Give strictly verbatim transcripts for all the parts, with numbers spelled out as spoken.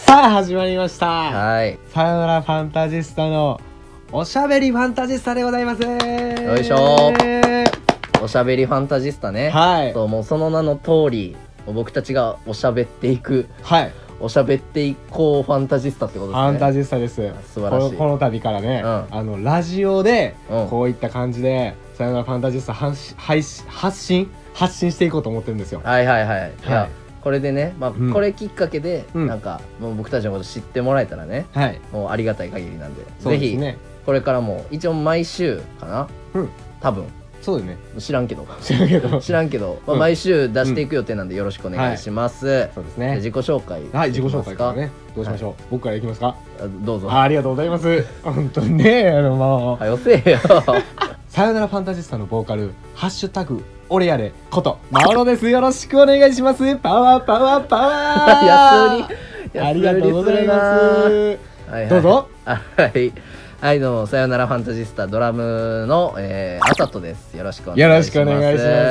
さあ始まりました。 はい。 さよならファンタジスタのおしゃべりファンタジスタでございます。 よいしょ。おしゃべりファンタジスタね。 はい。 そうもうその名の通り、僕たちがおしゃべっていく。 はい。 おしゃべっていこうファンタジスタってことですね。 ファンタジスタです。 素晴らしい。 この、この度からね、うん、あのラジオでこういった感じで、うん、さよならファンタジスタ発発信発信していこうと思ってるんですよ。 はいはいはい。はい、いやこれでね、まあ、 うん、これきっかけで、うん、なんかもう僕たちのこと知ってもらえたらね、はい、もうありがたい限りなんで、ぜひ、ね、これからも一応毎週かな、うん、多分そうだね、 知らんけど知らんけど知らんけど、まあ、毎週出していく予定なんでよろしくお願いします。うんうんはい、 そうですね。 自己紹介はい、自己紹介からね、どうしましょう。はい、僕からいきますか。 どうぞ。 あ, ありがとうございます。本当にね、あのもうはよせえよさよならファンタジスタのボーカルハッシュタグ俺やれことマオロです。よろしくお願いします。パワーパワーパワー安売りありがとうございます。はいはい、どうぞ。 はいはい、どうもさよならファンタジスタドラムの、えー、あさとです。よろしくお願いします。 よろしくお願いします。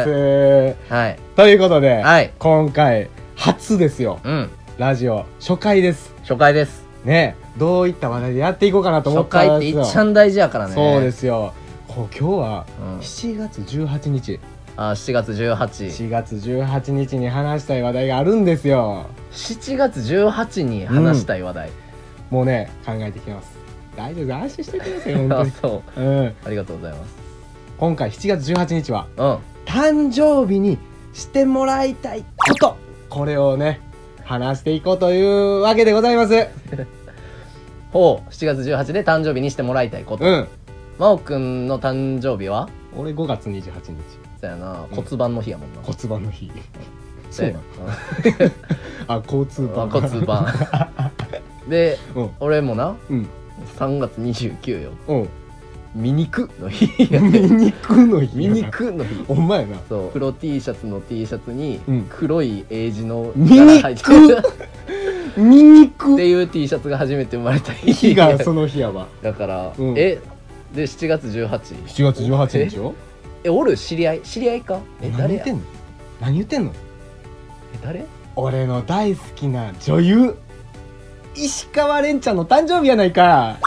はい、 ということで、 はい、 今回初ですよ、うん、ラジオ初回です。 初回ですね。どういった話題でやっていこうかなと思ったんですよ。 初回って一番大事やからね。 そうですよ。こう今日はしちがつじゅうはちにち、 うん、あしちがつじゅうはち しちがつじゅうはちにちに話したい話題があるんですよ。 しちがつじゅうはちに話したい話題、うん、 もうね考えてきてます。大丈夫、安心してくださいよ本当にそう、うん、ありがとうございます。 今回しちがつじゅうはちにちは、 うん、 誕生日にしてもらいたいこと、これをね話していこうというわけでございますほう、しちがつじゅうはちで誕生日にしてもらいたいこと。うん、真央くんの誕生日は？ 俺ごがつにじゅうはちにち。 そうやな、骨盤の日やもんな。 骨盤の日そうなあ、交通盤。 骨盤で、俺もなさんがつにじゅうくよ。ミニクの日やね。ミニクの日。 ミニクの日。 お前な。 そう、黒 T シャツの T シャツに黒い英字のミニクミニクっていう T シャツが初めて生まれた日がその日やわ。 だからえでしちがつじゅうはち。 しちがつじゅうはちにちよ。 え、おる知り合い知り合いか？え、誰や？ 何言ってんの？何言ってんの？ え、誰？ 俺の大好きな女優石川恋ちゃんの誕生日やないか。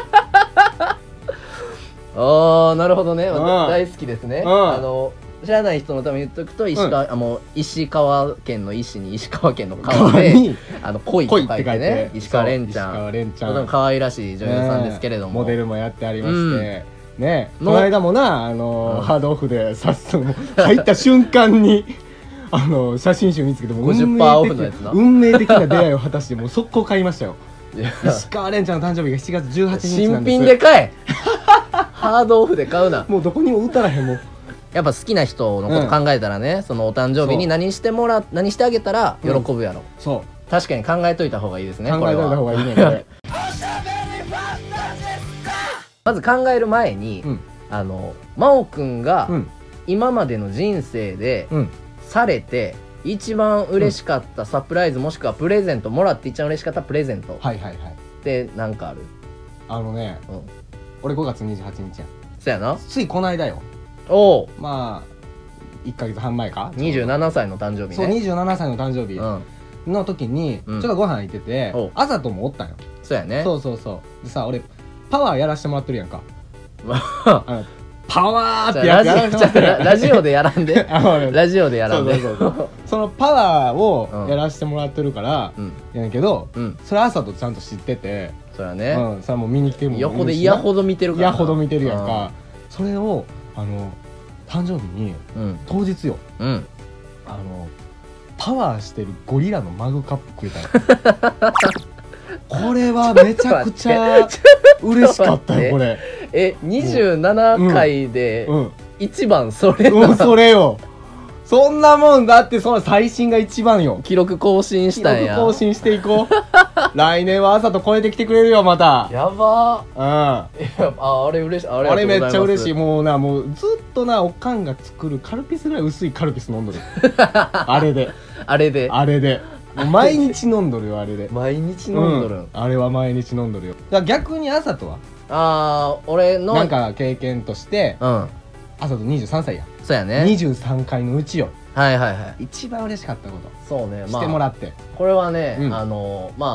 あー、なるほどね。大好きですね。あの知らない人のために言っとくと、石川、あもう石川県の石に石川県の川であの恋って書いてね、石川恋ちゃん。石川恋ちゃん、可愛らしい女優さんですけれども、 モデルもやってありましてね。この間もな、あのハードオフでさっそく入った瞬間にあの写真集見つけてもごじゅっパーセント オフのやつな。 運命的な出会いを果たしてもう速攻買いましたよ。石川恋ちゃんの誕生日がしちがつじゅうはちにちなんです。 新品で買えハードオフで買うな。 もうどこにも売ったらへんもん。 やっぱ好きな人のこと考えたらね、うん、そのお誕生日に何してもら何してあげたら喜ぶやろ、うん、そう確かに考えといた方がいいですね。 考えといた方がいいねこれまず考える前に、うん、あの真央くんが今までの人生で、うん、されて一番嬉しかったサプライズ、もしくはプレゼントもらって一番嬉しかったプレゼントって何かある？ あのね、うん、俺ごがつにじゅうはちにちやん。 そやな、 ついこの間よ。 おまあいっかげつはん前か。 にじゅうななさいの誕生日ね。 そう、にじゅうななさいの誕生日の時にちょっとご飯行ってて、あざともおったんよ。 そうやね。 そうそうそう。でさ、俺パワーやらしてもらってるやんかパワーってやらしてもらってる。 ラジオでやらんでラジオでやらんでそのパワーをやらしてもらってるからやねんけど、それあさとちゃんと知ってて、 そうやね。 それも見に来てるもん。 横で嫌ほど見てるから。 嫌ほど見てるやんか。それをあの誕生日に、うん、当日よ、うん、あのパワーしてるゴリラのマグカップくれたこれはめちゃくちゃ嬉しかったよこれ。 え、にじゅうななかいで一番それな、 うんうん、それよ。そんなもんだって、その最新が一番よ。 記録更新したんや。 記録更新していこう来年は朝と超えてきてくれるよまた。 やばー。うん。ああれ嬉しい。あれあれめっちゃ嬉しい。もうな、もうずっとな、おかんが作るカルピスぐらい薄いカルピス飲んどるあれであれであれでもう毎日飲んどるよあれで毎日飲んどる、うん、 あれは毎日飲んどるよ。だから逆に朝とはああ、俺のなんか経験として、うん、朝とにじゅうさんさいや。 そうやね。 にじゅうさんかいのうちよ。 はいはいはい。 一番嬉しかったこと。 そうね。 してもらって。 これはね、うん、あのまあ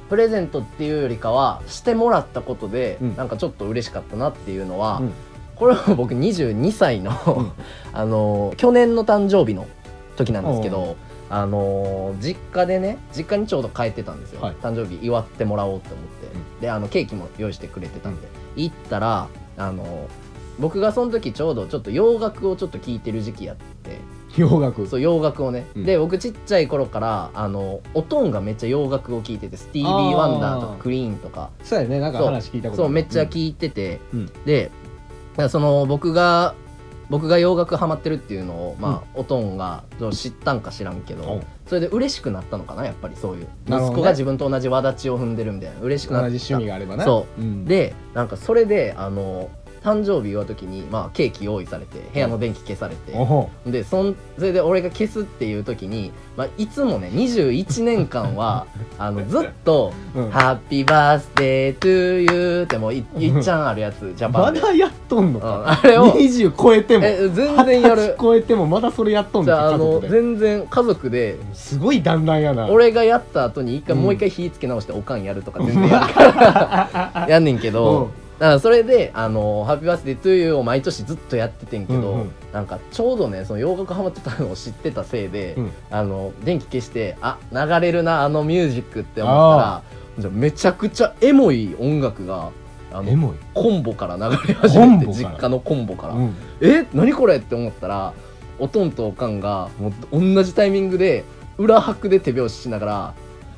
プレゼントっていうよりかはしてもらったことで、 うん、 なんかちょっと嬉しかったなっていうのは、 うん、 これは僕にじゅうにさいの、うん、あの去年の誕生日の時なんですけど、あの実家でね実家にちょうど帰ってたんですよ、はい、誕生日祝ってもらおうと思って、うん、であのケーキも用意してくれてたんで、うん、行ったらあの僕がその時ちょうどちょっと洋楽をちょっと聴いてる時期やって、 洋楽そう洋楽をね、うん、で僕ちっちゃい頃からあのおとんがめっちゃ洋楽を聴いてて、スティービー・ワンダーとかクイーンとか、 そうやね、なんか話聞いたことある。 そうめっちゃ聴いてて、うん、でその僕が僕が洋楽ハマってるっていうのを、まあ、うん、おとんが知ったんか知らんけど、うん、それで嬉しくなったのかな、やっぱりそういう、息子が自分と同じ輪立ちを踏んでるみたいな、嬉しくなった。 同じ趣味があればね。 そう、うん、でなんかそれであの誕生日祝う時に、まあ、ケーキ用意されて部屋の電気消されて、うん、でそんそれで俺が消すっていう時に、まあ、いつもねにじゅういちねんかんはあのずっと「うん、ハッピーバースデートゥーユー」ってもういいっちゃんあるやつジャパンでまだやっとんのか、 うん、あれをにじゅう超えてもえ全然やる超えてもまだそれやっとんのか。 じゃああの全然家族ですごい団らんやな。 俺がやった後に一回、うん、もう一回火つけ直しておかんやるとか全然やるからやんねんけど、うんだからそれであのハッピーバースデートゥーユーを毎年ずっとやっててんけど、うんうん、なんかちょうどねその洋楽ハマってたのを知ってたせいで、うん、あの電気消してあ流れるなあのミュージックって思ったらじゃめちゃくちゃエモい音楽があのエモいコンボから流れ始めて、実家のコンボから、うん、え何これって思ったらおとんとおかんがもう同じタイミングで裏拍で手拍子しながら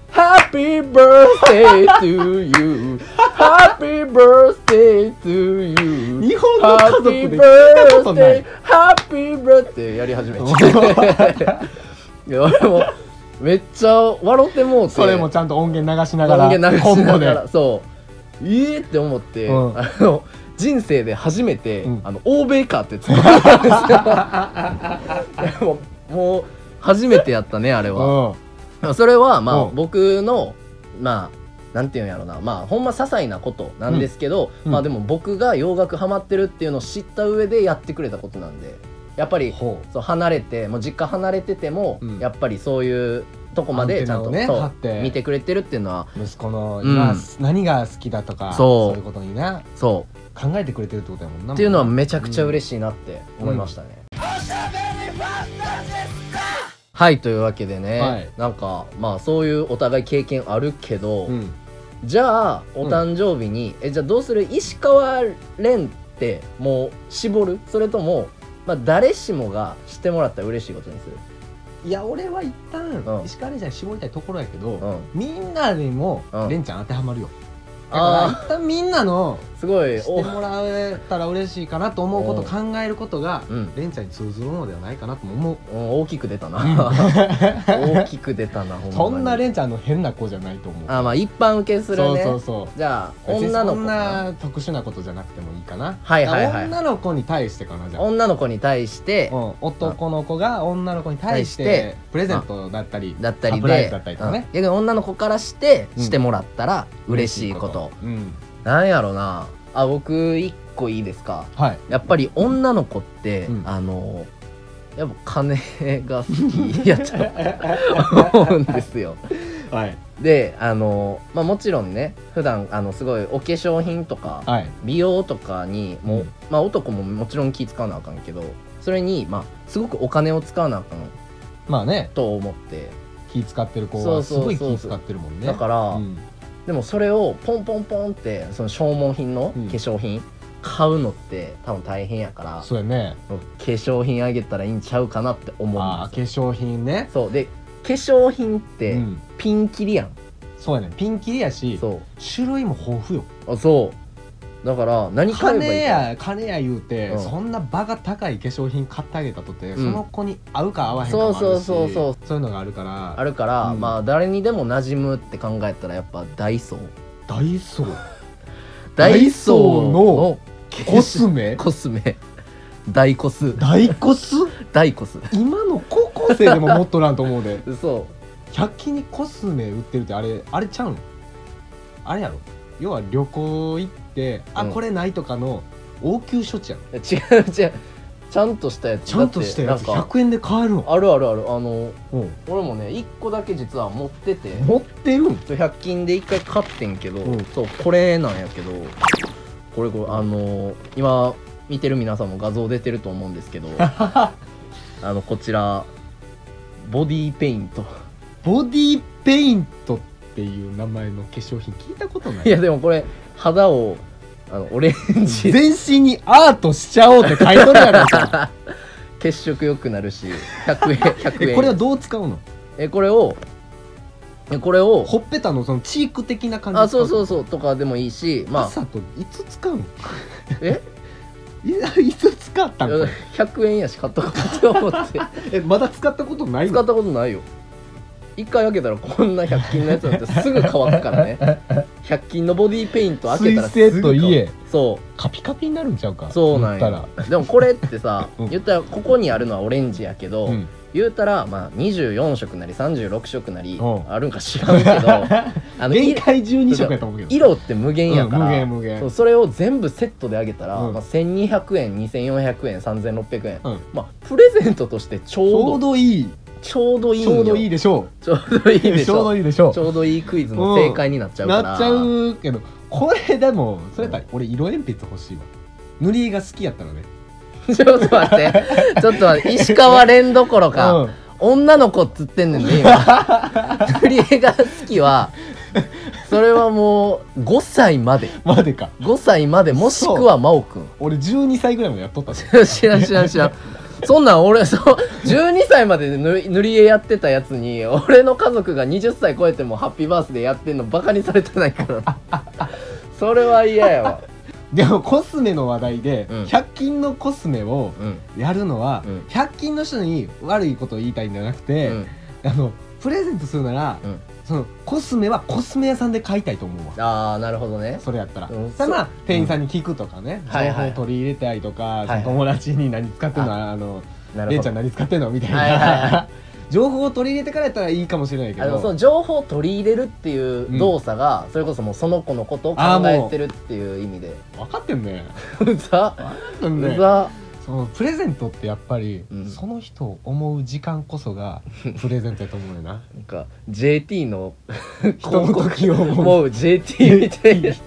Happy birthday to you Happy birthday to you 日本の家族で聞いたことない Happy birthday やり始めていや俺もめっちゃ笑ってもうて、 それもちゃんと音源流しながら音源流しながらそうええって思って、うん、あの人生で初めて、うん、あの欧米カーって使ったんですよもう、もう初めてやったねあれは、うん、それはまあ僕のまあなんていうんやろな、まあほんま些細なことなんですけど、うん、まあでも僕が洋楽ハマってるっていうのを知った上でやってくれたことなんで、やっぱりそう離れてもう実家離れてても、うん、やっぱりそういうとこまでちゃんと、ね、そう見てくれてるっていうのは息子の今、うん、何が好きだとかそういうことにねそう考えてくれてるってことやもんなっていうのはめちゃくちゃ嬉しいなって思いましたね、うんうん、はいというわけでね、はい、なんかまあそういうお互い経験あるけど、うん、じゃあお誕生日に、うん、えじゃあどうする石川蓮ってもう絞るそれとも、まあ、誰しもがしてもらったら嬉しいことにする。 いや俺は一旦、うん、石川蓮ちゃんに絞りたいところやけど、うん、みんなにも蓮ちゃん当てはまるよ。だから一旦みんなのすごいしてもらえたら嬉しいかなと思うこと考えることがレンちゃんに通ずるのではないかなと思う。 大きく出たな大きく出たなほんまに。 そんなレンちゃんの変な子じゃないと思う。 あまあ一般受けするね。 そうそうそう。 じゃあ女の子そんな特殊なことじゃなくてもいいかな。 はいはいはい。 女の子に対してかな。じゃあ女の子に対して、 うん、男の子が女の子に対してプレゼントだったりだったりでサプライズだったりとかね、 逆に女の子からしてしてもらったら嬉しいこと。うん。なんやろなあ、僕一個いいですか、はい、やっぱり女の子って、うん、あのやっぱ金が好きやと思うんですよ、はい、であの、まあ、もちろんね普段あのすごいお化粧品とか、はい、美容とかにもう、うん、まあ、男ももちろん気使わなあかんけどそれに、まあ、すごくお金を使わなあかんまあねと思って気使ってる子はすごい気使ってるもんね。 だから、うんでもそれをポンポンポンってその消耗品の化粧品買うのって多分大変やから、うん、 そうやね化粧品あげたらいいんちゃうかなって思うんですよ。 あ化粧品ね。 そうで化粧品ってピンキリやん、うん、 そうやねピンキリやしそう種類も豊富よ。 あそうだから何買えばいいか金や金や言うて、うん、そんなバカ高い化粧品買ってあげたとて、うん、その子に合うか合わへんかもあるし、そうそうそうそうそういうのがあるからあるから、うん、まあ誰にでも馴染むって考えたらやっぱダイソーダイソーダイソーのコスメコスメダイコスダイコスダイコス今の高校生でも持っとらんと思うでそうひゃく均にコスメ売ってるってあれあれちゃうんあれやろ要は旅行行ってあ、うん、これないとかの応急処置やん。 違う違うちゃんとしたやつちゃんとしたやつひゃくえんで買えるの？ あるあるある。あの、うん、俺もねいっこだけ実は持ってて。 持ってるん？ ひゃく均でいっかい買ってんけど、うん、そうこれなんやけど、これこれあのー、今見てる皆さんも画像出てると思うんですけどあのこちらボディーペイント。 ボディーペイントっていう名前の化粧品聞いたことない。 いやでもこれ肌をあのオレンジ全身にアートしちゃおうって書いとるやろか血色良くなるしひゃくえんひゃくえん。 これはどう使うの？ えこれをこれをほっぺたのそのチーク的な感じ。 あそうそうそうとかでもいいし、まあ朝といつ使うの？ えいやいつ使ったの？ ひゃくえんやし買ったことって思ってえまだ使ったことないの？ 使ったことないよ。一回開けたらこんなひゃく均のやつなんてすぐ乾くからねひゃく均のボディーペイント開けたらすぐ水性といえそうカピカピになるんちゃうか。 そうなんや。でもこれってさ、 うん、 言ったらここにあるのはオレンジやけど、うん、言うたらまあにじゅうよん色なりさんじゅうろく色なりあるんか知らんけどあの限界じゅうに色やと思うけど色って無限やから、 うん、無限無限そ, それを全部セットであげたら、うんまあ、せんにひゃくえんにせんよんひゃくえんさんぜんろっぴゃくえん、うん、まあプレゼントとしてちょうどちょうどいいちょうどいいちょうどいいでしょうちょうどいいでしょうちょうどいいでしょうちょうどいいクイズの正解になっちゃうから、 うん、なっちゃうけどこれでもそれだったら俺色鉛筆欲しいわ。塗り絵が好きやったのねちょっと待ってちょっと待って石川蓮どころか、うん、女の子っつってんねんね今塗り絵が好きはそれはもうごさいまでまでかごさいまでもしくは真央くん。 俺じゅうにさいぐらいまでやっとったし知らん知らん知らんそんなん俺そうじゅうにさいまで塗り、塗り絵やってたやつに俺の家族がはたち超えてもハッピーバースデーやってんのバカにされてないからそれは嫌やわ。 でもコスメの話題で、うん、ひゃく均のコスメをやるのは、うん、ひゃく均の人に悪いことを言いたいんじゃなくて、うん、あのプレゼントするなら、うん、そのコスメはコスメ屋さんで買いたいと思うわ。あーなるほどね。 それやったら、うん、それまあ店員さんに聞くとかね、うん、情報を取り入れたりとか、はいはい、友達に何使ってんの、はい、あのレイちゃん何使ってんのみたいな、はいはいはい情報を取り入れてからやったらいいかもしれないけど、あのその情報を取り入れるっていう動作が、うん、それこそもうその子のことを考えてるっていう意味で分かってんねうざうねうざそのプレゼントってやっぱり、うん、その人を思う時間こそがプレゼントやと思うよななんか ジェーティー の人の時を思う ジェーティー みたいない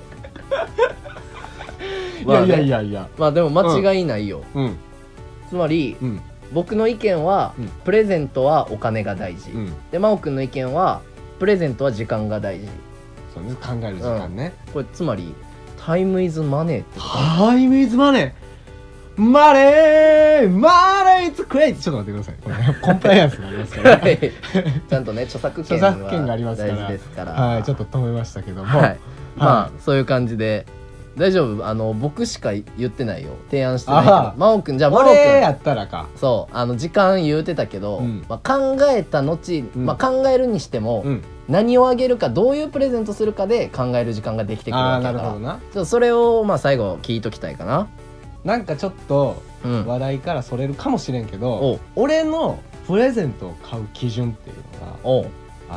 やいやいやいやまあでも間違いないよ、うん、つまり、うん僕の意見は、うん、プレゼントはお金が大事、うん、で真央くんの意見はプレゼントは時間が大事。 そうね、考える時間ね、 うん、これつまりタイムイズマネーってこと。 タイムイズマネーマネーマネーイズクレイジー。ちょっと待ってください、これコンプライアンスがありますから、ね、 ちゃんとね著作権は著作権がありますから大事ですから、 はい、ちょっと止めましたけども、 はい、まあ、はい、そういう感じで大丈夫。あの僕しか言ってないよ、提案してないけど。真央くんじゃあ真央くん俺やったらか。 そうあの時間言うてたけど、うんまあ、考えた後、うんまあ、考えるにしても、うん、何をあげるかどういうプレゼントするかで考える時間ができてくるわけだから。あーなるほどな。ちょっとそれをまあ最後聞いときたいかな。 なんかちょっと話題からそれるかもしれんけど、うん、俺のプレゼントを買う基準っていうのがあって。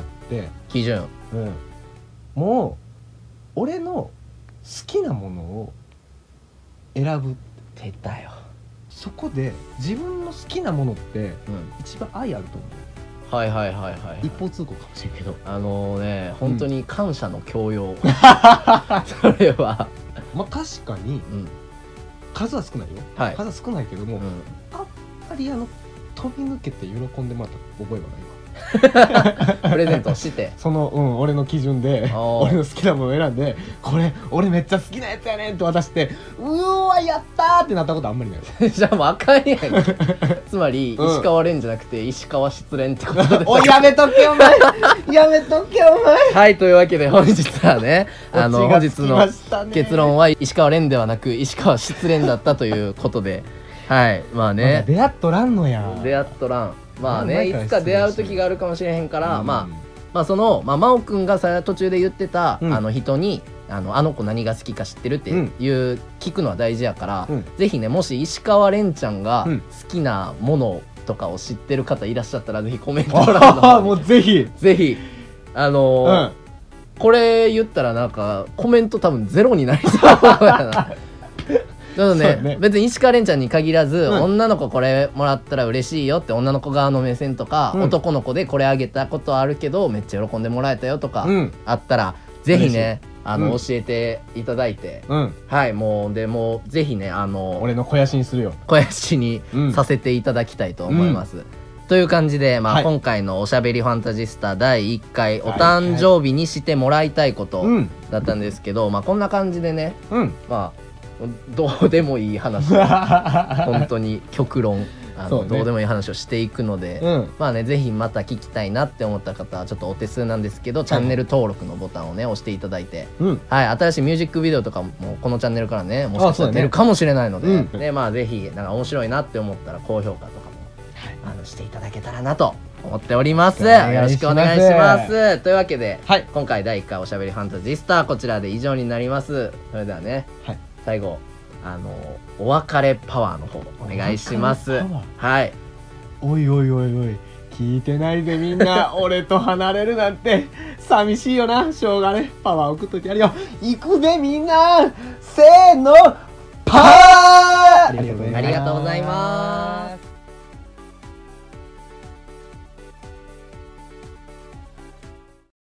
基準、 うん、もう俺の好きなものを選ぶってだよ。 そこで自分の好きなものって、うん、一番愛あると思う。はいはいはいはい、はい、 一方通行かもしれんけど、 あのー、ね本当に感謝の強要、うん、それはまあ確かに、うん、数は少ないよ、はい、数は少ないけども、うん、あんまりあの飛び抜けて喜んでもらった覚えはないわプレゼントしてその、うん、俺の基準で俺の好きなものを選んで、これ俺めっちゃ好きなやつやねんって渡して、うーわやったーってなったことあんまりないじゃあもうあかんやんつまり、うん、石川蓮じゃなくて石川失恋ってことでおいやめとけお前やめとけお前はいというわけで本日はねあの本日の結論は石川蓮ではなく石川失恋だったということではいまあね、 ま、出会っとらんのや出会っとらんまあね、いつか出会う時があるかもしれへんから、うん、まあ、まあその、まあ、真央くんがさ途中で言ってた、うん、あの人にあのあの子何が好きか知ってるっていう、うん、聞くのは大事やから、うん、ぜひねもし石川蓮ちゃんが好きなものとかを知ってる方いらっしゃったら、ぜひコメント欄のもうぜひぜひあのーうん、これ言ったらなんかコメント多分ゼロになりそうやなどねね別に石川恋ちゃんに限らず、うん、女の子これもらったら嬉しいよって女の子側の目線とか、うん、男の子でこれあげたことあるけどめっちゃ喜んでもらえたよとか、うん、あったらぜひねあの、うん、教えていただいて、うん、はいもうでもうぜひねあの俺の肥やしにするよ肥やしにさせていただきたいと思います、うん、という感じで、まあはい、今回のおしゃべりファンタジスタだいいっかいお誕生日にしてもらいたいことだったんですけど、はいはい、まあこんな感じでね、うん、まあどうでもいい話本当に極論あの、ね、どうでもいい話をしていくので、うん、まあねぜひまた聞きたいなって思った方はちょっとお手数なんですけど、はい、チャンネル登録のボタンをね押していただいて、うん、はい新しいミュージックビデオとかもこのチャンネルからねもしかしたら出るかもしれないので、ねうん、でまあぜひなんか面白いなって思ったら高評価とかも、はい、あのしていただけたらなと思っております。よろしくお願いします。というわけで、はい、今回だいいっかいおしゃべりファンタジスタこちらで以上になります。それではね、はい、最後あのお別れパワーの方お願いします。はい。 おいおいおいおい聞いてないでみんな俺と離れるなんて寂しいよな。しょうがねパワー送っといてやるよ。行くぜみんなせーのパワー。 ありがとうございます。